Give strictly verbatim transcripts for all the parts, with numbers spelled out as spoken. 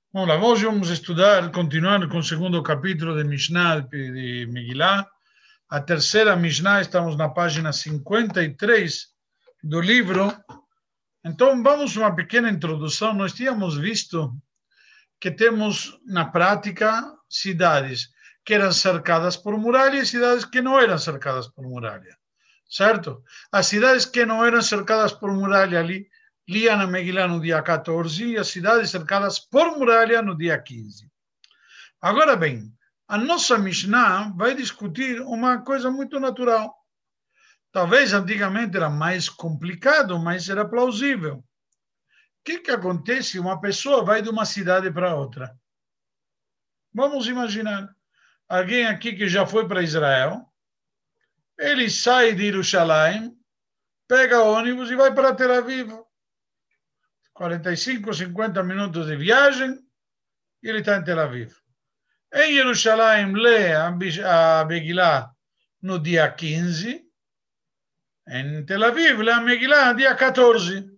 Vamos lá, hoje vamos estudar, continuar com o segundo capítulo de Mishnah de Megillah. A terceira Mishnah, estamos na página cinquenta e três do livro. Então, vamos uma pequena introdução. Nós tínhamos visto que temos, na prática, cidades que eram cercadas por muralha e cidades que não eram cercadas por muralha, certo? As cidades que não eram cercadas por muralha ali, liam na Megillah no dia quatorze e as cidades cercadas por muralha no dia quinze. Agora bem, a nossa Mishnah vai discutir uma coisa muito natural. Talvez antigamente era mais complicado, mas era plausível. O que, que acontece? Uma pessoa vai de uma cidade para outra. Vamos imaginar alguém aqui que já foi para Israel, ele sai de Jerusalém, pega ônibus e vai para Tel Aviv. quarenta e cinco, cinquenta minutos de viagem e ele está em Tel Aviv. Em Jerusalém, lê a Megillah no dia quinze. Em Tel Aviv, lê a Megillah no dia quatorze.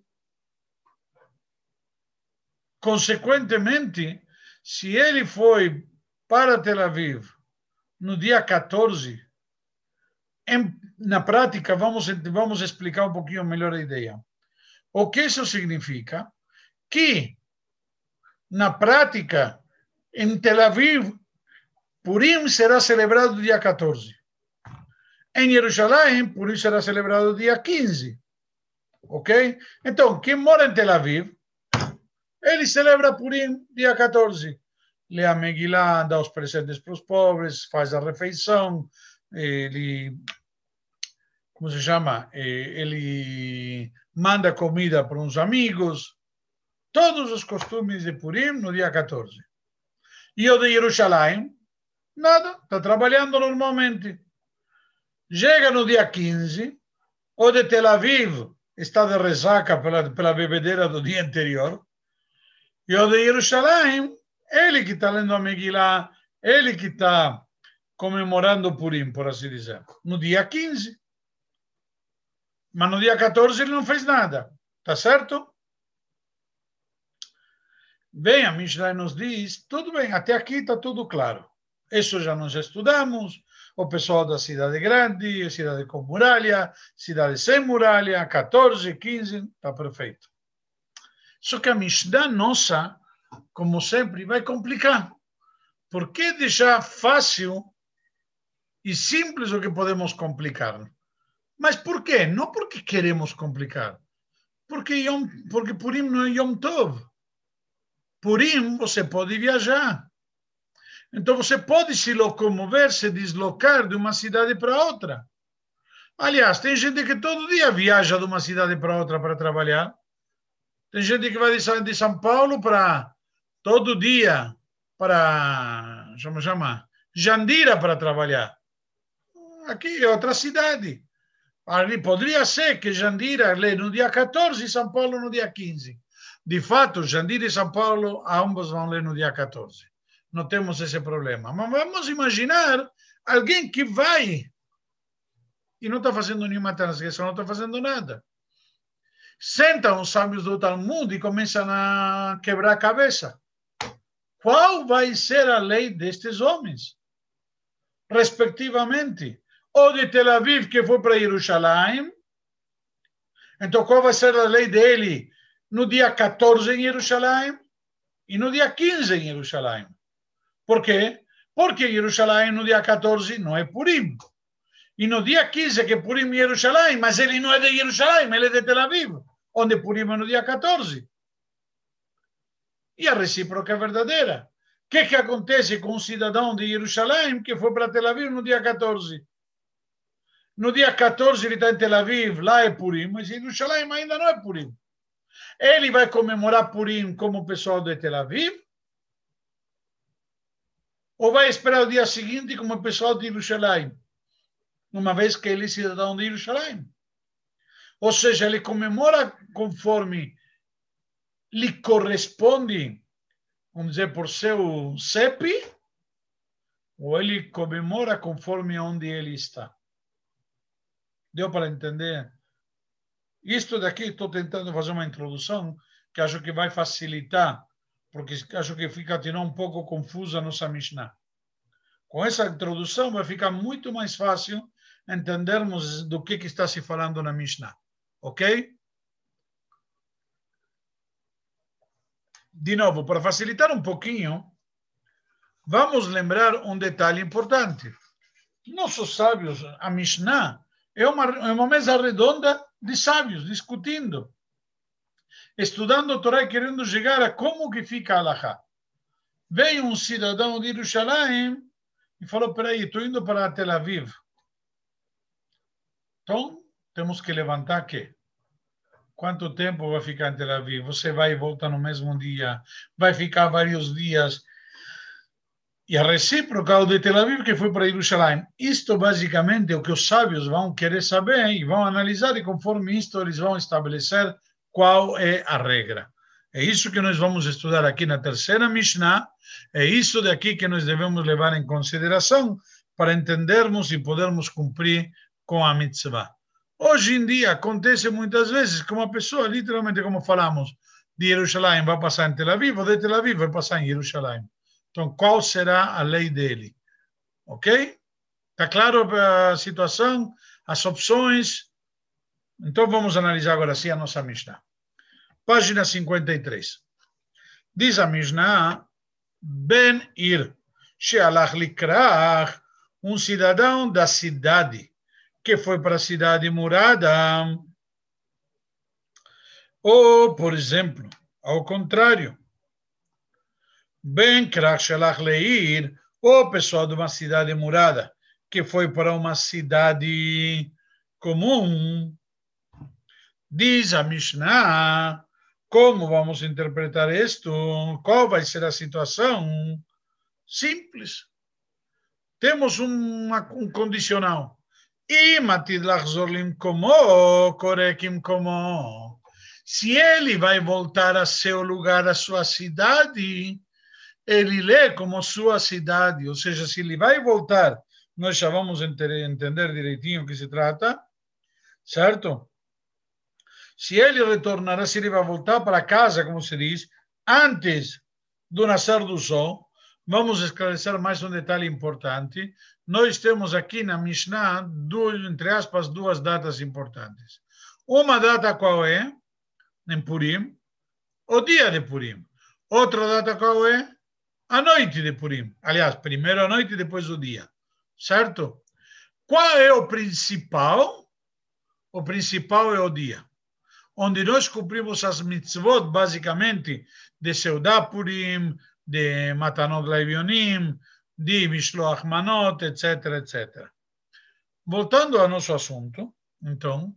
Consequentemente, se ele foi para Tel Aviv no dia quatorze, em, na prática, vamos, vamos explicar um pouquinho melhor a ideia. O que isso significa? Que, na prática, em Tel Aviv, Purim será celebrado dia quatorze. Em Jerusalém, Purim será celebrado dia quinze. Ok? Então, quem mora em Tel Aviv, ele celebra Purim dia quatorze. Lê a Megillah, dá os presentes para os pobres, faz a refeição, ele, como se chama? Ele manda comida para uns amigos. Todos os costumes de Purim no dia quatorze. E o de Jerusalém, nada, está trabalhando normalmente. Chega no dia quinze, o de Tel Aviv está de ressaca pela, pela bebedeira do dia anterior, e o de Jerusalém, ele que está lendo a Megillah, ele que está comemorando Purim, por assim dizer, no dia quinze. Mas no dia quatorze ele não fez nada, tá certo? Bem, a Mishnah nos diz, tudo bem, até aqui está tudo claro. Isso já nós estudamos, o pessoal da cidade grande, cidade com muralha, cidade sem muralha, quatorze, quinze, está perfeito. Só que a Mishnah nossa, como sempre, vai complicar. Por que deixar fácil e simples o que podemos complicar? Mas por quê? Não porque queremos complicar. Porque, Yom, porque Purim não é Yom Tov. Purim você pode viajar. Então você pode se locomover, se deslocar de uma cidade para outra. Aliás, tem gente que todo dia viaja de uma cidade para outra para trabalhar. Tem gente que vai de São Paulo para todo dia para, como chama, Jandira para trabalhar. Aqui é outra cidade. Ali poderia ser que Jandira lê no dia quatorze e São Paulo no dia quinze. De fato, Jandira e São Paulo ambos vão ler no dia quatorze. Não temos esse problema. Mas vamos imaginar alguém que vai e não está fazendo nenhuma transgressão, não está fazendo nada. Sentam os sábios do Talmud e começam a quebrar a cabeça. Qual vai ser a lei destes homens? Respectivamente, o de Tel Aviv que foi para Jerusalém. Então, qual vai ser a lei dele no dia quatorze em Jerusalém e no dia quinze em Jerusalém? Por quê? Porque Jerusalém no dia quatorze não é Purim. E no dia quinze que é Purim em Jerusalém, mas ele não é de Jerusalém, ele é de Tel Aviv, onde Purim é no dia quatorze. E a recíproca é verdadeira. O que, que acontece com um cidadão de Jerusalém que foi para Tel Aviv no dia quatorze? No dia quatorze ele está em Tel Aviv, lá é Purim, mas em Jerusalém ainda não é Purim. Ele vai comemorar Purim como o pessoal de Tel Aviv? Ou vai esperar o dia seguinte como o pessoal de Jerusalém? Uma vez que ele é cidadão de Jerusalém. Ou seja, ele comemora conforme lhe corresponde, vamos dizer, por seu C E P, ou ele comemora conforme onde ele está. Deu para entender? Isto daqui, estou tentando fazer uma introdução que acho que vai facilitar porque acho que fica um pouco confusa a nossa Mishnah. Com essa introdução vai ficar muito mais fácil entendermos do que, que está se falando na Mishnah. Ok? De novo, para facilitar um pouquinho, vamos lembrar um detalhe importante. Nossos sábios, a Mishnah, é uma, é uma mesa redonda de sábios, discutindo, estudando a Torá e querendo chegar a como que fica a Halachá. Veio um cidadão de Jerusalém e falou, peraí, estou indo para Tel Aviv. Então, temos que levantar quê? Quanto tempo vai ficar em Tel Aviv? Você vai e volta no mesmo dia? Vai ficar vários dias? E a recíproca o de Tel Aviv que foi para Jerusalém. Isto basicamente é o que os sábios vão querer saber e vão analisar e conforme isto eles vão estabelecer qual é a regra. É isso que nós vamos estudar aqui na terceira Mishnah, é isso daqui que nós devemos levar em consideração para entendermos e podermos cumprir com a mitzvah. Hoje em dia acontece muitas vezes que uma pessoa, literalmente como falamos, de Jerusalém vai passar em Tel Aviv, ou de Tel Aviv vai passar em Jerusalém. Então, qual será a lei dele? Ok? Está claro a situação, as opções? Então, vamos analisar agora sim a nossa Mishnah. Página cinquenta e três. Diz a Mishnah, Ben Ir, Shealach Likrach, um cidadão da cidade, que foi para a cidade murada. Ou, por exemplo, ao contrário, Ben Krach Shalach Leir, ou pessoal de uma cidade murada, que foi para uma cidade comum. Diz a Mishnah, como vamos interpretar isto? Qual vai ser a situação? Simples. Temos uma, um condicional. Se ele vai voltar a seu lugar, a sua cidade, ele lê como sua cidade, ou seja, se ele vai voltar, nós já vamos entender direitinho o que se trata, certo? Se ele retornará, se ele vai voltar para casa, como se diz, antes do nascer do sol, vamos esclarecer mais um detalhe importante. Nós temos aqui na Mishnah, duas, entre aspas, duas datas importantes. Uma data qual é? Em Purim, o dia de Purim. Outra data qual é? A noite de Purim. Aliás, primeiro a noite e depois o dia. Certo? Qual é o principal? O principal é o dia. Onde nós cumprimos as mitzvot, basicamente, de Seudá Purim, de Matanot Leivionim, de Mishloach Manot, etc, etcétera. Voltando ao nosso assunto, então,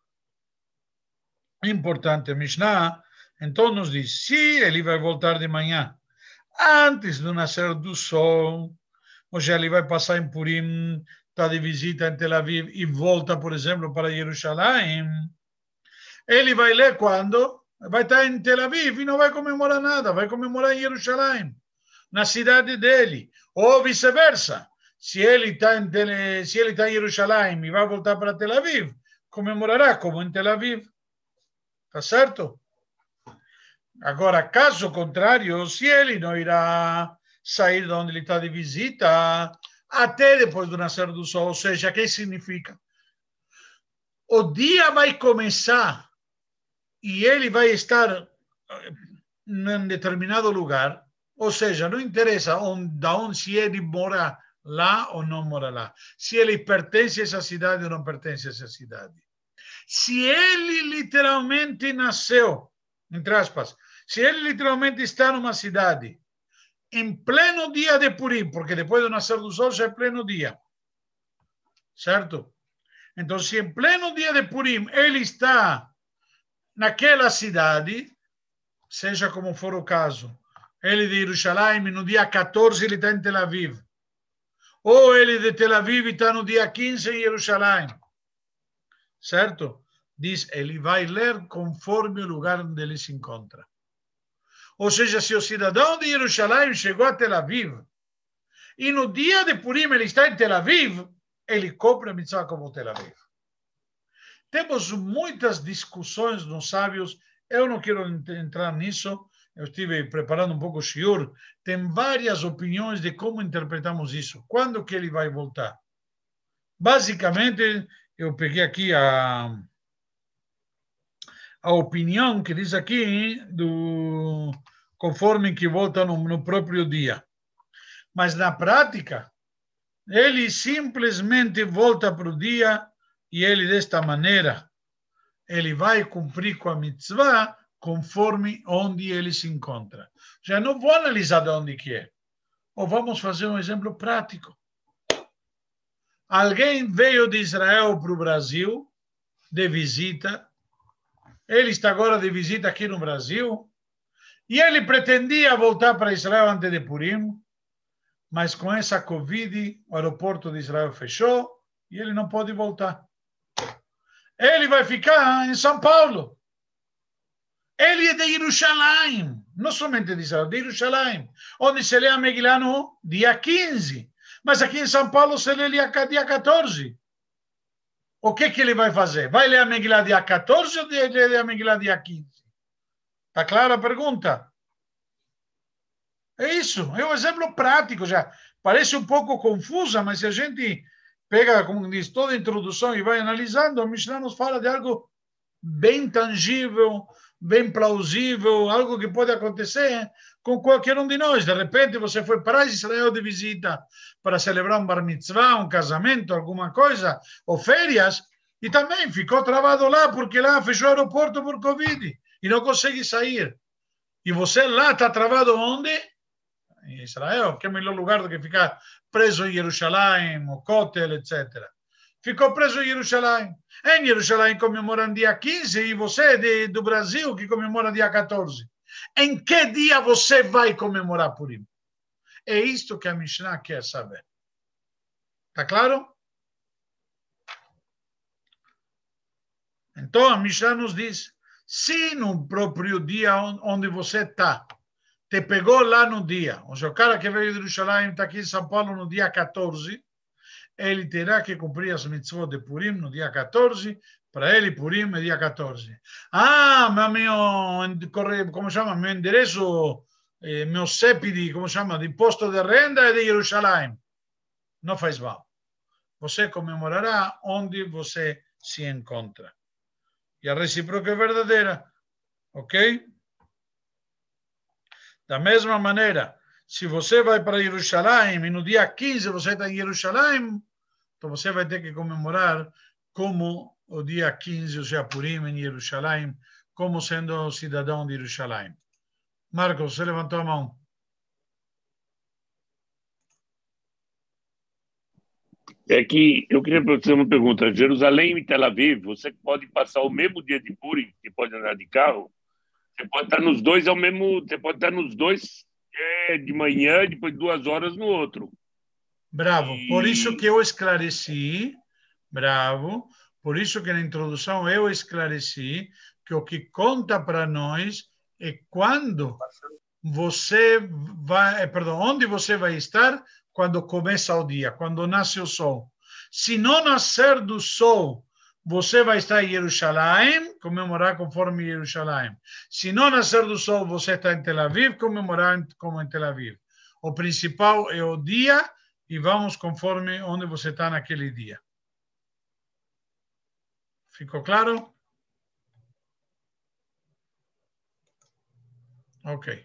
importante, Mishnah, então nos diz, se ele vai voltar de manhã, antes do nascer do sol, ou seja, ele vai passar em Purim, está de visita em Tel Aviv e volta, por exemplo, para Jerusalém, ele vai ler quando? Vai estar em Tel Aviv e não vai comemorar nada, vai comemorar em Jerusalém, na cidade dele, ou vice-versa. Se ele está em, se ele está em Jerusalém e vai voltar para Tel Aviv, comemorará como em Tel Aviv. Tá certo? Agora, caso contrário, se ele não irá sair de onde ele está de visita até depois do nascer do sol, ou seja, o que significa? O dia vai começar e ele vai estar em determinado lugar, ou seja, não interessa onde, onde, se ele mora lá ou não mora lá, se ele pertence a essa cidade ou não pertence a essa cidade. Se ele literalmente nasceu, entre aspas, se ele literalmente está numa cidade, em pleno dia de Purim, porque depois do nascer do sol já é pleno dia, certo? Então, se em pleno dia de Purim ele está naquela cidade, seja como for o caso, ele de Jerusalém, no dia quatorze ele está em Tel Aviv, ou ele de Tel Aviv está no dia quinze em Jerusalém, certo? Diz, ele vai ler conforme o lugar onde ele se encontra. Ou seja, se o cidadão de Jerusalém chegou a Tel Aviv e no dia de Purim ele está em Tel Aviv, ele cumpre a mitzvah como Tel Aviv. Temos muitas discussões nos sábios, eu não quero entrar nisso, eu estive preparando um pouco o shiur, tem várias opiniões de como interpretamos isso. Quando que ele vai voltar? Basicamente, eu peguei aqui a, a opinião que diz aqui, do, conforme que volta no, no próprio dia. Mas na prática, ele simplesmente volta para o dia e ele, desta maneira, ele vai cumprir com a mitzvah conforme onde ele se encontra. Já não vou analisar de onde que é. Ou vamos fazer um exemplo prático. Alguém veio de Israel para o Brasil de visita. Ele está agora de visita aqui no Brasil. E ele pretendia voltar para Israel antes de Purim. Mas com essa Covid, o aeroporto de Israel fechou e ele não pode voltar. Ele vai ficar em São Paulo. Ele é de Jerusalém, não somente de Israel, de Jerusalém, onde se lê a Megillah no dia quinze. Mas aqui em São Paulo se lê dia quatorze. O que que ele vai fazer? Vai ler a Megillah dia quatorze ou vai ler a Megillah dia quinze? Está clara a pergunta? É isso, é um exemplo prático já. Parece um pouco confusa, mas se a gente pega, como diz, toda a introdução e vai analisando, a Mishnah nos fala de algo bem tangível, bem plausível, algo que pode acontecer com qualquer um de nós. De repente você foi para Israel de visita para celebrar um bar mitzvah, um casamento, alguma coisa, ou férias, e também ficou travado lá, porque lá fechou o aeroporto por Covid, e não consegue sair. E você lá está travado onde? Em Israel, que é o melhor lugar do que ficar preso em Jerusalém, o Kotel, etcétera. Ficou preso em Jerusalém. Em Jerusalém comemoram dia quinze e você de, do Brasil que comemora dia quatorze. Em que dia você vai comemorar Purim? É isto que a Mishnah quer saber. Está claro? Então a Mishnah nos diz, se no próprio dia onde você está, te pegou lá no dia, ou seja, o cara que veio de Jerusalém está aqui em São Paulo no dia quatorze, ele terá que cumprir as mitzvot de Purim no dia quatorze, para ele Purim é dia quatorze. Ah, mas meu, como chama, meu endereço, eh, meu C E P, de, como chama, de imposto de renda é de Jerusalém. Não faz mal. Você comemorará onde você se encontra. E a recíproca é verdadeira, ok? Da mesma maneira, se você vai para Jerusalém e no dia quinze você está em Jerusalém, então você vai ter que comemorar como o dia quinze, ou seja, Purim em Jerusalém, como sendo cidadão de Jerusalém. Marcos, você levantou a mão. É que eu queria fazer uma pergunta. Jerusalém e Tel Aviv, você pode passar o mesmo dia de Purim, você pode andar de carro, você pode estar nos dois ao mesmo, você pode estar nos dois é, de manhã, depois duas horas no outro. Bravo. Por isso E que eu esclareci, bravo, por isso que na introdução eu esclareci que o que conta para nós é quando você vai, perdão, onde você vai estar quando começa o dia, quando nasce o sol. Se não nascer do sol, você vai estar em Jerusalém, comemorar conforme Jerusalém. Se não nascer do sol, você está em Tel Aviv, comemorar como em Tel Aviv. O principal é o dia e vamos conforme onde você está naquele dia. Ficou claro? Ok.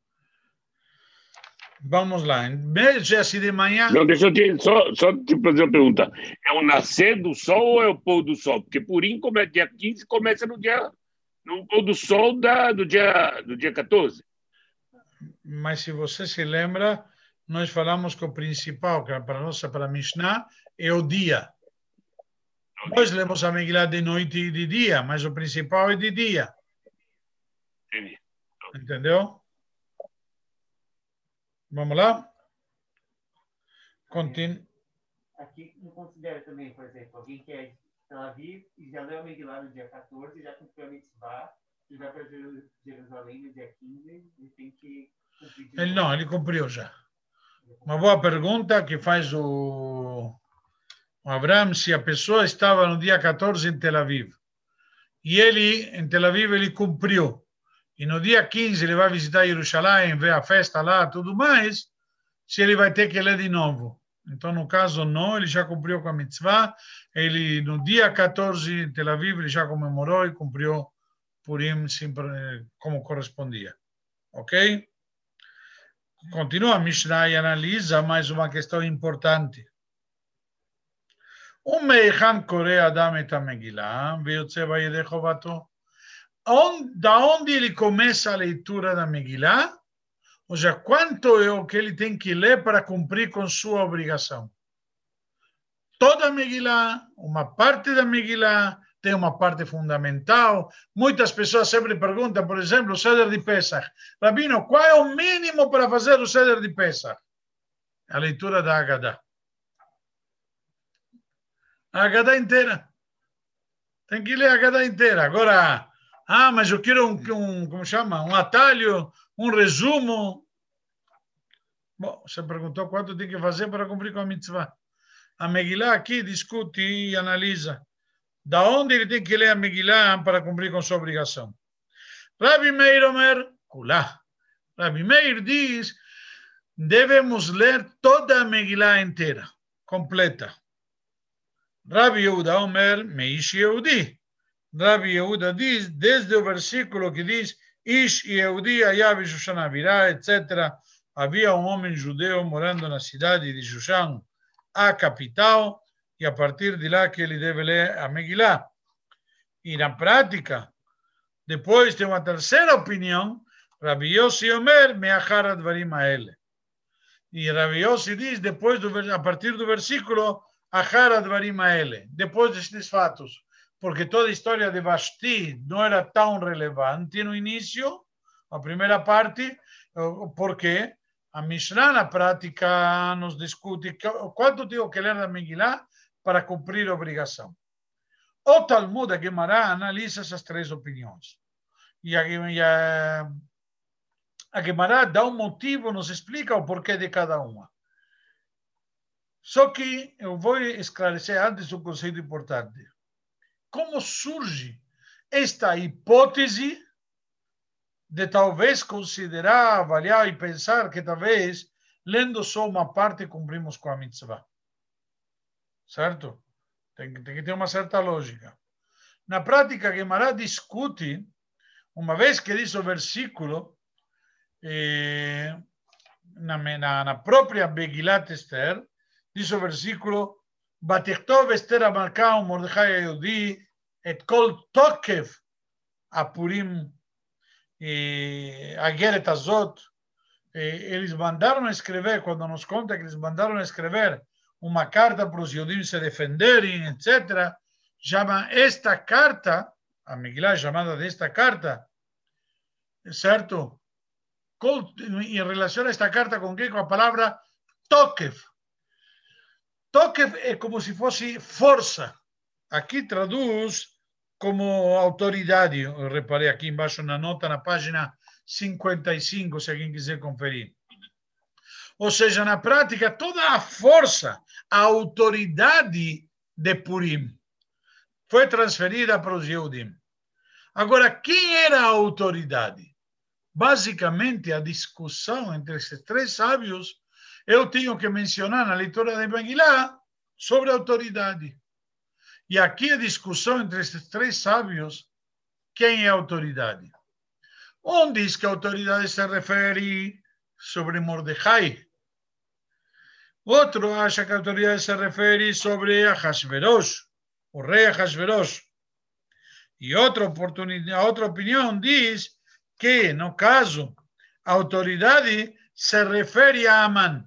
Vamos lá. Em vez de assim de manhã. Não, deixa eu te, só, só te fazer uma pergunta. É o nascer do sol ou é o pôr do sol? Porque Purim começa dia quinze, começa no dia no pôr do sol da, do dia do dia quatorze. Mas se você se lembra, nós falamos que o principal, que é para nós, para a Mishnah, é o dia. Nós lemos a Megillah de noite e de dia, mas o principal é de dia. Entendi. Entendeu? Vamos lá? Continue. Aqui não considera também, por exemplo, alguém que é de Tel Aviv e já leu a Megillah no dia quatorze, já cumpriu a mitzvah, e vai para Jerusalém no dia quinze, e tem que cumprir de Ele novo. não, ele cumpriu já. Uma boa pergunta que faz o, o Abraham, se a pessoa estava no dia quatorze em Tel Aviv, e ele, em Tel Aviv, ele cumpriu, e no dia quinze ele vai visitar Jerusalém, ver a festa lá, tudo mais, se ele vai ter que ler de novo. Então, no caso, não, ele já cumpriu com a mitzvah, ele, no dia quatorze, em Tel Aviv, ele já comemorou e cumpriu Purim como correspondia. Ok? Continua a Mishnah e analisa mais uma questão importante. O meichan kore adam et ha-megillah veyotze vayedei chovato. Da onde ele começa a leitura da Megillah? Ou seja, quanto é o que ele tem que ler para cumprir com sua obrigação? Toda a Megillah, uma parte da Megillah, tem uma parte fundamental. Muitas pessoas sempre perguntam, por exemplo, o Seder de Pesach. Rabino, qual é o mínimo para fazer o Seder de Pesach? A leitura da Haggadah. A Haggadah inteira. Tem que ler a Haggadah inteira. Agora, ah, mas eu quero um, um como chama? Um atalho, um resumo. Bom, você perguntou quanto tem que fazer para cumprir com a mitzvah. A Megillah aqui discute e analisa da onde ele tem que ler a Megillah para cumprir com sua obrigação. Rabbi Meir Omer, Kulá. Rabbi Meir diz, devemos ler toda a Megillah inteira, completa. Rabbi Yehuda Omer, Meish Yehudi. Rabbi Yehuda diz, desde o versículo que diz, Ish Yehudi Ayav Shushan Avirá, etcétera. Havia um homem judeu morando na cidade de Shushan, a capital, e a partir de lá que ele deve ler a Megillah. E na prática, depois tem uma terceira opinião, Rabbi Yossi Omer, Meachar Advarim Haele. E Rabbi Yossi diz, depois do, a partir do versículo, Achar Advarim Haele, depois destes fatos, porque toda a história de Vashti não era tão relevante no início, a primeira parte, porque a Mishnah, na prática, nos discute quanto tenho que ler da Megillah para cumprir a obrigação. O Talmud, a Gemara, analisa essas três opiniões. E a, e a, a Gemara dá um motivo, nos explica o porquê de cada uma. Só que eu vou esclarecer antes um conceito importante. Como surge esta hipótese de talvez considerar, avaliar e pensar que talvez, lendo só uma parte, cumprimos com a mitzvah? Certo? Tem, tem que ter uma certa lógica. Na prática, a Gemara discute, uma vez que diz o versículo, eh, na, na, na própria Megillat Esther, diz o versículo, Batechtov Esther Amalcá Mordechai Yehudi et kol tokef apurim ageret azot. Eles mandaram escrever, quando nos conta que eles mandaram escrever uma carta para os judeus se defenderem, etcétera. Chama esta carta, a Megillah chamada desta carta, certo? Em relação a esta carta, com que? Com a palavra tokef. Tokef é como se fosse força. Aqui traduz como autoridade. Eu reparei aqui embaixo na nota, na página cinquenta e cinco, se alguém quiser conferir. Ou seja, na prática, toda a força, a autoridade de Purim foi transferida para os Yehudim. Agora, quem era a autoridade? Basicamente, a discussão entre esses três sábios, eu tenho que mencionar na leitura de Megillah sobre a autoridade. E aqui a discussão entre esses três sábios, quem é a autoridade? Um diz que a autoridade se refere sobre Mordecai. Outro acha que a autoridade se refere sobre Ahasverosh, o rei Ahasverosh. E outra, oportunidade, outra opinião diz que, no caso, a autoridade se refere a Amán.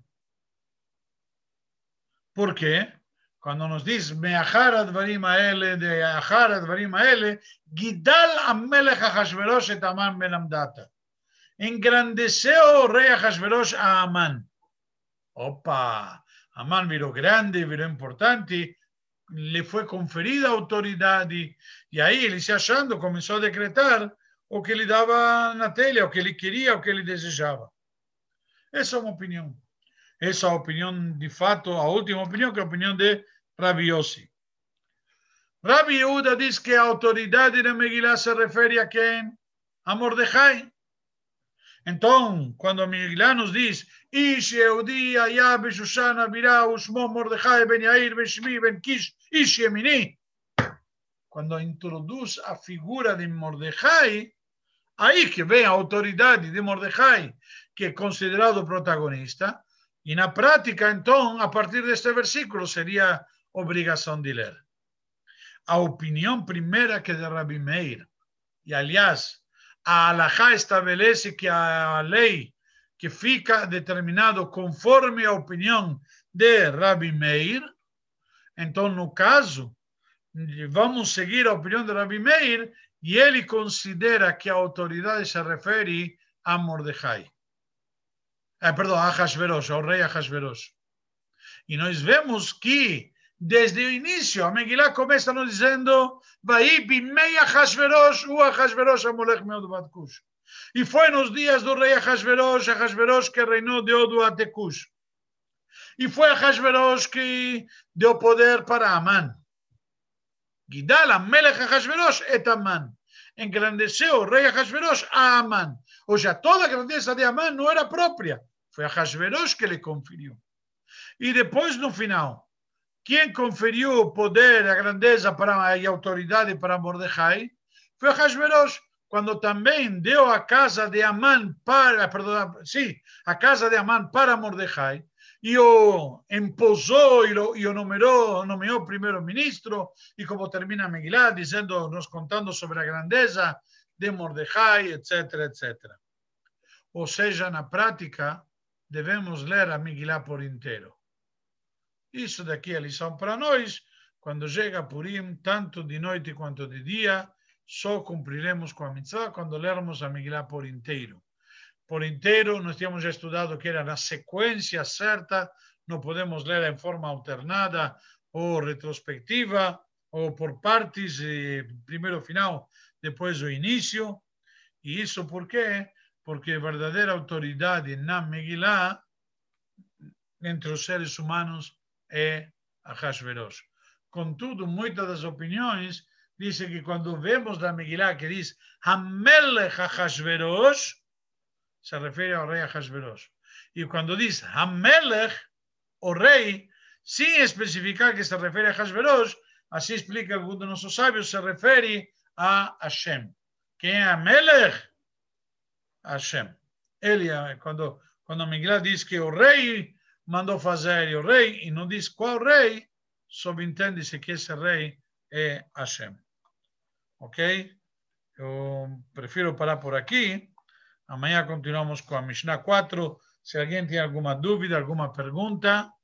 Por quê? Quando nos diz Meachar advarim haele, de Achar advarim haele, Gidal amelech Ahasverosh et Amán ben Amdata. Engrandeceu o rei Ahasverosh a Amán. Opa! Amán virou grande, virou importante, lhe foi conferida autoridade, e aí ele, se achando, começou a decretar o que lhe dava na telha, o que ele queria, o que ele desejava. Essa é uma opinião. Essa é a opinião, de fato, a última opinião, que é a opinião de Rabbi Yossi. Rabbi Yehuda diz que a autoridade da Megillah se refere a quem? a Mordecai. Então, quando a Megilá nos diz Ish Yehudi Hayá Beshushana Birá Ushmo Mordecai Ben Yair Ben Shimi Ben Kish Ish Yemini, quando introduz a figura de Mordecai, aí que vem a autoridade de Mordecai, que é considerado protagonista, e na prática, então, a partir deste versículo, seria obrigação de ler. A opinião primeira que é de Rabi Meir, e aliás, a Halachá estabelece que a lei que fica determinado conforme a opinião de Rabi Meir, então, no caso, vamos seguir a opinião de Rabi Meir, e ele considera que a autoridade se refere a Mordecai. Eh, perdão, a Ahasverosh, ao rei Ahasverosh. E nós vemos que, desde o início, a Megilá começa nos dizendo Vai bimei Ahasverosh, u Ahasverosh amolech meod bat Cush. E foi nos dias do rei Ahasverosh, Ahasverosh que reinou de Odo até Cush. E foi Ahasverosh que deu poder para Amán. Gidal, Amelech Ahasverosh et Amán. Engrandeceu o rei Ahasverosh a Amán. Ou seja, toda a grandeza de Amán não era própria. Foi Ahasverosh que lhe conferiu. E depois, no final, quem conferiu o poder, a grandeza para, e a autoridade para Mordecai foi Ahasverosh, quando também deu a casa de Amán para, perdão, sim, a casa de Amán para Mordecai, e o emposou e o, e o nomeou, nomeou primeiro-ministro, e como termina a Megilá, dizendo, nos contando sobre a grandeza de Mordecai, etc, etcétera. Ou seja, na prática, devemos ler a Megilá por inteiro. Isso daqui é a lição para nós. Quando chega Purim, tanto de noite quanto de dia, só cumpriremos com a mitzvah quando lermos a Megilá por inteiro. Por inteiro, nós tínhamos estudado que era na sequência certa, não podemos ler em forma alternada ou retrospectiva, ou por partes, primeiro o final, depois o início. E isso por quê? Porque a verdadeira autoridade na Megilá, entre os seres humanos, é Ahasverosh. Contudo, muitas das opiniões dizem que quando vemos na Megilá que diz Hamelech Ahasverosh, se refere ao rei Ahasverosh. E quando diz Hamelech, o rei, sem especificar que se refere a Ahasverosh, assim explica algum dos nossos sábios, se refere a Hashem. Quem é Hamelech? Hashem. Ele, quando, quando a Megilá diz que o rei mandou fazer o rei, e não diz qual rei, subentende-se que esse rei é Hashem. Ok? Eu prefiro parar por aqui. Amanhã continuamos com a Mishnah quatro. Se alguém tem alguma dúvida, alguma pergunta,